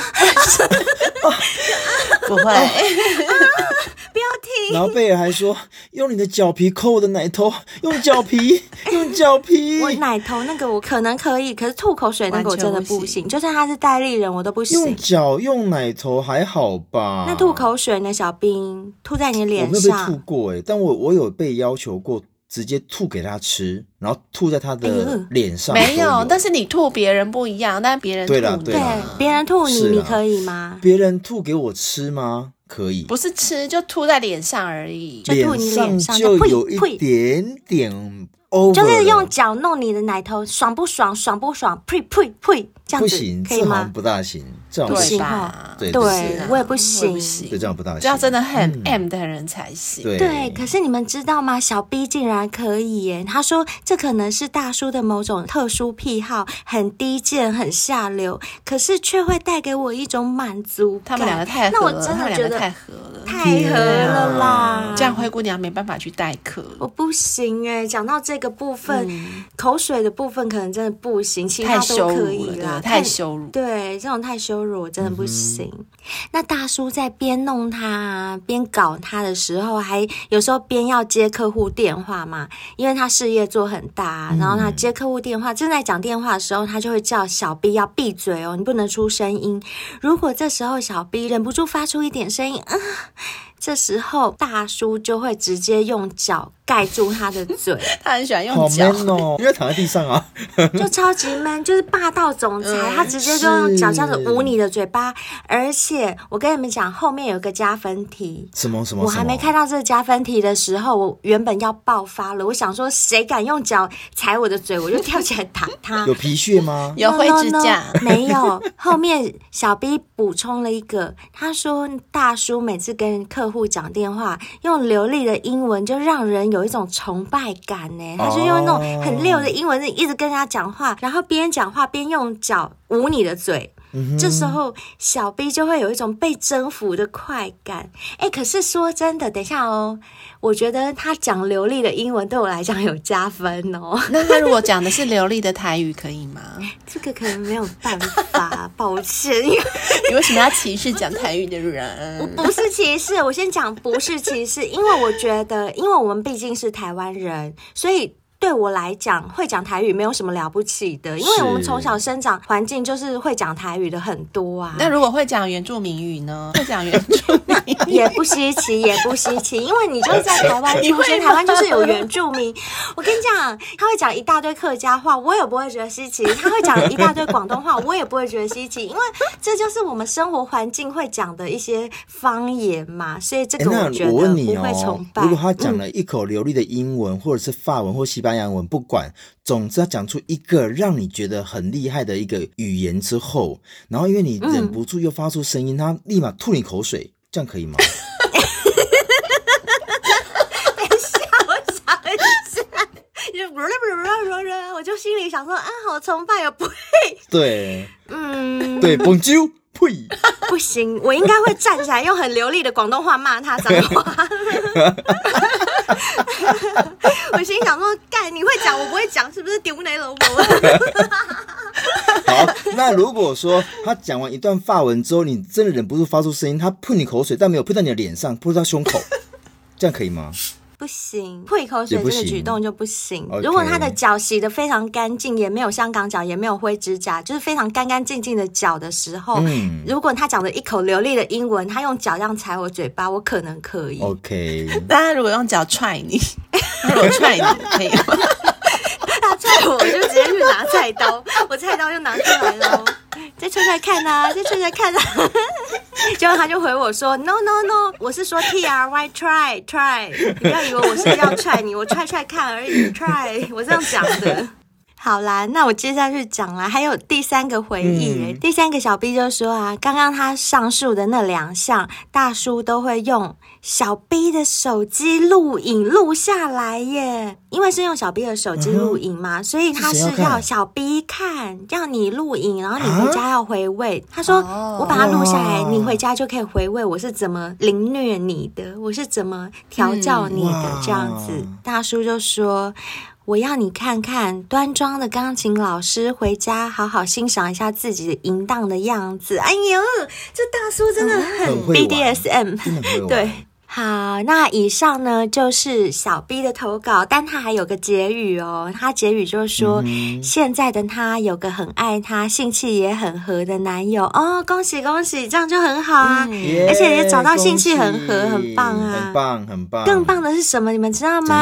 D: 不会、啊、
C: 不要停。
B: 然后贝尔还说用你的脚皮抠我的奶头，用脚皮用脚皮。
C: 我奶头那个我可能可以，可是吐口水那个我真的不行，就算他是代理人我都不行。
B: 用脚用奶头还好吧，
C: 那吐口水呢？小兵吐在你脸上，
B: 我没有被吐过耶，但我我有被要求过直接吐给他吃，然后吐在他的脸上、
D: 哎、没有，但是你吐别人不一样，但别人吐
B: 对啦对啦，
C: 别人吐你你可以吗？
B: 别人吐给我吃吗？可以，
D: 不是吃，就吐在脸上而已，
C: 就吐你脸上
B: 就有一点点 over，
C: 就是用脚弄你的奶头，爽不爽？爽不爽？呸呸呸，这样子
B: 不行，
C: 可以吗？
B: 不大行，这样
C: 不行
D: 吧？
C: 对，
B: 对
C: 我也不行，
B: 对，这样不大行，
D: 这样真的很 M 的人才行。
B: 对，
C: 对，可是你们知道吗？小 B 竟然可以耶！他说这可能是大叔的某种特殊癖好，很低贱，很下流，可是却会带给我一种满足感。
D: 他们两个太合了，
C: 那我真的觉得
D: 太合了，
C: 太合了啦！
D: 这样灰姑娘没办法去代课，
C: 我不行哎。讲到这个部分、嗯，口水的部分可能真的不行，其他都可以啦。
D: 太羞辱，
C: 对，这种太羞辱，我真的不行。嗯、那大叔在边弄他边搞他的时候，还有时候边要接客户电话嘛，因为他事业做很大，然后他接客户电话，正在讲电话的时候，他就会叫小 B 要闭嘴哦，你不能出声音。如果这时候小 B 忍不住发出一点声音啊，这时候大叔就会直接用脚盖住他的嘴。
D: 他很喜欢用脚，
B: 好 man 哦，因为躺在地上啊，
C: 就超级 man， 就是霸道总裁、嗯、他直接就用脚这样子捂你的嘴巴。而且我跟你们讲，后面有个加分题，
B: 什么什么？
C: 我还没看到这个加分题的时候，我原本要爆发了，我想说谁敢用脚踩我的嘴，我就跳起来打他。
B: 有皮屑吗？
D: 有灰指甲？
C: no, no, no, 没有。后面小 B 补充了一个，他说大叔每次跟客户讲电话，用流利的英文就让人有一种崇拜感呢。他就用那种很溜的英文一直跟人家讲话，然后边讲话边用脚捂你的嘴。嗯、这时候小 B 就会有一种被征服的快感。哎，可是说真的，等一下哦，我觉得他讲流利的英文对我来讲有加分哦。
D: 那他如果讲的是流利的台语可以吗？
C: 这个可能没有办法，抱歉。
D: 你为什么要歧视讲台语的人？
C: 我不是歧视，我先讲不是歧视，因为我觉得，因为我们毕竟是台湾人，所以对我来讲，会讲台语没有什么了不起的，因为我们从小生长环境就是会讲台语的很多啊。
D: 那如果会讲原住民语呢？会讲原住民语
C: 也不稀奇，也不稀奇，因为你就是在台湾出生，台湾就是有原住民。我跟你讲，他会讲一大堆客家话，我也不会觉得稀奇；他会讲一大堆广东话，我也不会觉得稀奇，因为这就是我们生活环境会讲的一些方言嘛。所以这个我觉得不会崇拜。
B: 如果他讲了一口流利的英文，嗯、或者是法文或西班牙文，不管，总之他讲出一个让你觉得很厉害的一个语言之后，然后因为你忍不住又发出声音，嗯、他立马吐你口水，这样可以吗？
C: 等一下，我想一下，我就心里想说啊，好崇拜哦，不会，
B: 对，
C: 嗯，
B: 对 ，Bonjour。呸！
C: 不行，我应该会站起来用很流利的广东话骂他脏话。我心想说，干，你会讲我不会讲，是不是丢内萝卜？
B: 好，那如果说他讲完一段法文之后，你真的忍不住发出声音，他喷你口水，但没有喷到你的脸上，喷到胸口，这样可以吗？
C: 不行，吐口水这个举动就不行。
B: 不行
C: 如果他的脚洗得非常干净，也没有香港脚，也没有灰指甲，就是非常干干净净的脚的时候，嗯、如果他讲的一口流利的英文，他用脚这样踩我嘴巴，我可能可以。
B: OK，
D: 但他如果用脚踹你，他如果踹你可以吗？
C: 他踹我，我就直接去拿菜刀，我菜刀就拿出来了，再踹踹看啊，再踹踹看啊。结果他就回我说 No No No， 我是说 T R Y try try， 你不要以为我是要踹你，我踹踹看而已 try， 我这样讲的。好啦，那我接下去讲啦，还有第三个回忆耶、嗯、第三个小 B 就说啊，刚刚他上述的那两项大叔都会用小 B 的手机录影录下来耶，因为是用小 B 的手机录影嘛、嗯、所以他是要小 B 看，要你录影，然后你回家要回味、啊、他说、哦、我把它录下来，你回家就可以回味我是怎么凌虐你的，我是怎么调教你的、嗯、这样子。大叔就说，我要你看看端庄的钢琴老师回家好好欣赏一下自己的淫荡的样子。哎呦，这大叔真的很 B D S M、嗯、对。好，那以上呢就是小 B 的投稿，但他还有个结语哦，他结语就是说、嗯、现在的他有个很爱他性气也很合的男友哦，恭喜恭喜，这样就很好啊、嗯、而且也找到性气很合，很棒啊，
B: 很棒很棒。
C: 更棒的是什么你们知道吗？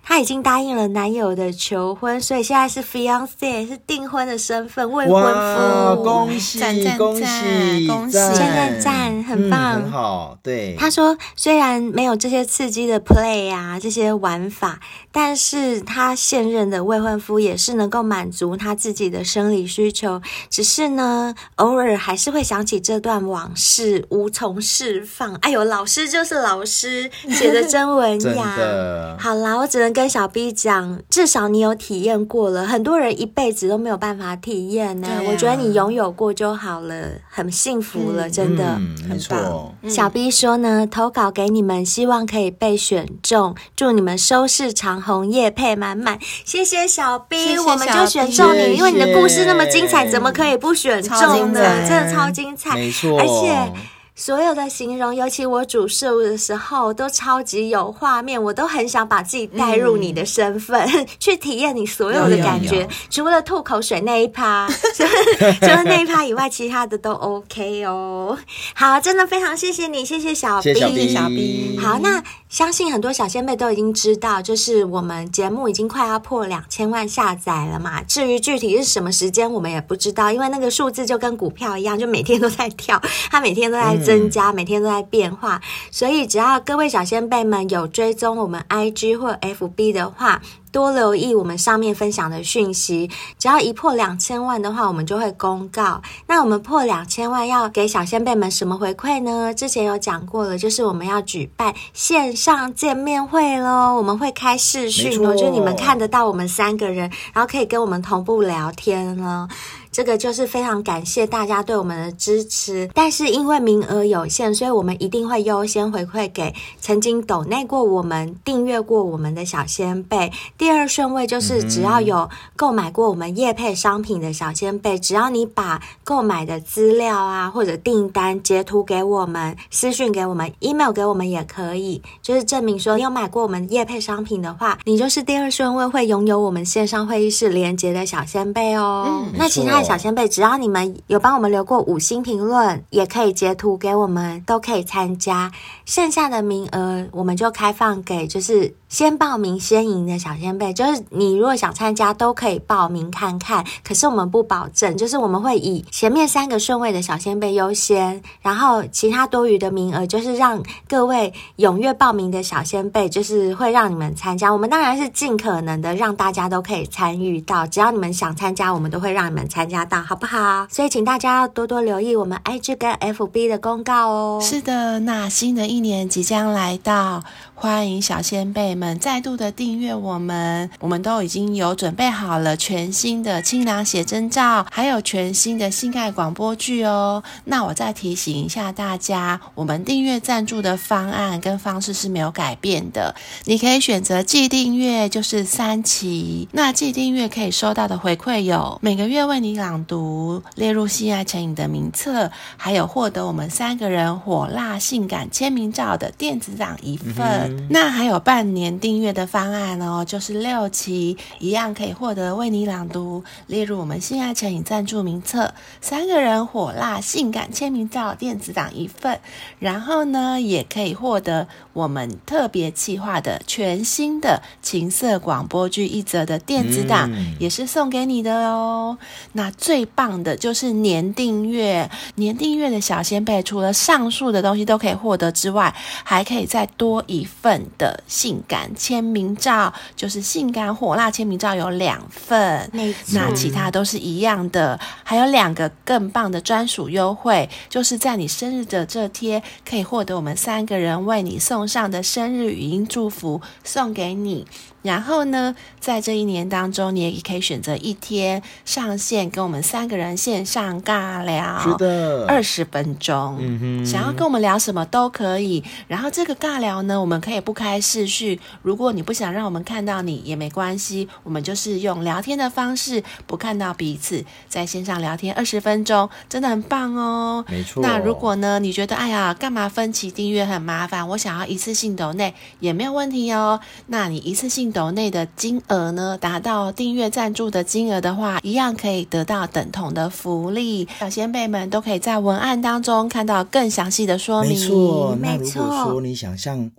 C: 她已经答应了男友的求婚，所以现在是 fiancé， 是订婚的身份，未婚夫。
B: 恭喜
D: 赞赞
B: 恭喜
D: 恭喜
C: 赞赞赞，很棒、
B: 嗯，很好。对，
C: 他说虽然没有这些刺激的 play 啊，这些玩法，但是他现任的未婚夫也是能够满足他自己的生理需求，只是呢偶尔还是会想起这段往事，无从释放。哎呦，老师就是老师，写的真文
B: 真
C: 雅。
B: 的。
C: 好啦，我只能跟小 B 讲，至少你有体验过了，很多人一辈子都没有办法体验呢、啊。我觉得你拥有过就好了，很幸福了，嗯、真的，
B: 嗯、
C: 很棒。
B: 嗯、
C: 小 B 说呢，投稿给你们，希望可以被选中，祝你们收视长红，业配满满。谢谢小 B，,
D: 谢谢小 B
C: 我们就选中你，因为你的故事那么精彩，怎么可以不选中呢？真的超精彩，
B: 没错，
C: 而且。所有的形容，尤其我主事物的时候，都超级有画面，我都很想把自己带入你的身份，嗯、去体验你所有的感觉。除了吐口水那一趴，除了那一趴以外，其他的都 OK 哦。好，真的非常谢谢你，谢谢小 B，
B: 谢谢
D: 小 B。
C: 好，那相信很多小仙妹都已经知道，就是我们节目已经快要破两千万下载了嘛。至于具体是什么时间，我们也不知道，因为那个数字就跟股票一样，就每天都在跳，它每天都在增加、嗯、每天都在变化，所以只要各位小仙贝们有追踪我们 I G 或 F B 的话，多留意我们上面分享的讯息，只要一破两千万的话，我们就会公告。那我们破两千万要给小仙贝们什么回馈呢？之前有讲过了，就是我们要举办线上见面会咯，我们会开视讯哦，就是你们看得到我们三个人，然后可以跟我们同步聊天了。这个就是非常感谢大家对我们的支持，但是因为名额有限，所以我们一定会优先回馈给曾经抖内过我们、订阅过我们的小仙贝。第二顺位就是只要有购买过我们业配商品的小仙贝，只要你把购买的资料啊或者订单截图给我们，私讯给我们， email 给我们也可以，就是证明说你有买过我们业配商品的话，你就是第二顺位会拥有我们线上会议室连结的小仙贝哦。嗯、那其他小仙贝只要你们有帮我们留过五星评论，也可以截图给我们，都可以参加。剩下的名额我们就开放给就是先报名先赢的小仙贝，就是你如果想参加都可以报名看看，可是我们不保证，就是我们会以前面三个顺位的小仙贝优先，然后其他多余的名额就是让各位踊跃报名的小仙贝，就是会让你们参加。我们当然是尽可能的让大家都可以参与到，只要你们想参加，我们都会让你们参加到，好不好？所以请大家要多多留意我们 I G 跟 F B 的公告哦。
D: 是的，那新的一年即将来到，欢迎小仙贝们再度的订阅我们，我们都已经有准备好了全新的清凉写真照，还有全新的性爱广播剧哦。那我再提醒一下大家，我们订阅赞助的方案跟方式是没有改变的，你可以选择季订阅，就是三期。那季订阅可以收到的回馈有每个月为你朗读，列入性爱成瘾的名册，还有获得我们三个人火辣性感签名照的电子档一份、嗯、那还有半年订阅的方案哦，就是六期，一样可以获得为你朗读，列入我们性爱成瘾赞助名册，三个人火辣性感签名照电子档一份，然后呢也可以获得我们特别企划的全新的情色广播剧一则的电子档、嗯、也是送给你的哦。那最棒的就是年订阅，年订阅的小仙贝除了上述的东西都可以获得之外，还可以再多一份的性感签名照，就是性感火辣签名照有两份，
C: 没错，
D: 那其他都是一样的，还有两个更棒的专属优惠，就是在你生日的这天可以获得我们三个人为你送上的生日语音祝福送给你。然后呢，在这一年当中，你也可以选择一天上线跟我们三个人线上尬聊，
B: 是的，
D: 二十分钟、嗯哼，想要跟我们聊什么都可以。然后这个尬聊呢，我们可以不开视讯，如果你不想让我们看到你也没关系，我们就是用聊天的方式，不看到彼此，在线上聊天二十分钟，真的很棒哦。
B: 没错。
D: 那如果呢，你觉得哎呀，干嘛分期订阅很麻烦，我想要一次性抖内也没有问题哦。那你一次性抖内的金额呢，达到订阅赞助的金额的话，一样可以得到等同的福利。小仙贝们都可以在文案当中看到更详细的说明。
B: 没错，那如果说你想像灰姑娘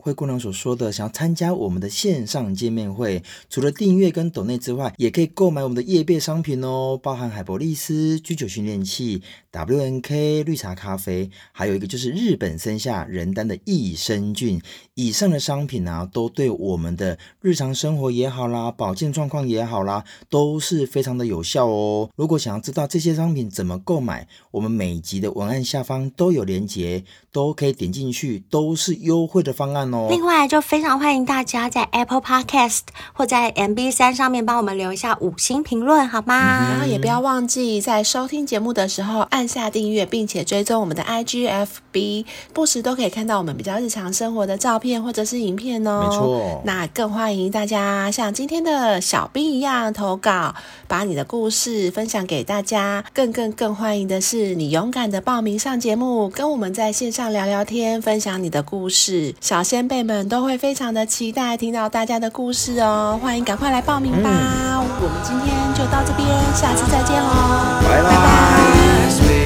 B: 所说的，想要参加我们的线上见面会，除了订阅跟抖内之外，也可以购买我们的业配商品哦，包含海博利斯居酒训练器、W N K 绿茶咖啡，还有一个就是日本生下人丹的益生菌。以上的商品啊，都对我们的日常生活也好啦，保健状况也好啦，都是非常的有效哦。如果想要知道这些商品怎么购买，我们每集的文案下方都有连结，都可以点进去，都是优惠的方案哦。
C: 另外就非常欢迎大家在 Apple Podcast 或在 M B 三 上面帮我们留一下五星评论好吗、
D: 嗯、然后也不要忘记在收听节目的时候按下订阅，并且追踪我们的 I G F B， 不时都可以看到我们比较日常生活的照片或者是影片哦。
B: 没错，
D: 那更欢迎大家像今天的小兵一样投稿，把你的故事分享给大家。更更更欢迎的是你勇敢的报名上节目，跟我们在线上聊聊天，分享你的故事。小先辈们都会非常的期待听到大家的故事哦，欢迎赶快来报名吧、嗯、我们今天就到这边，下次再见哦，
B: 拜拜。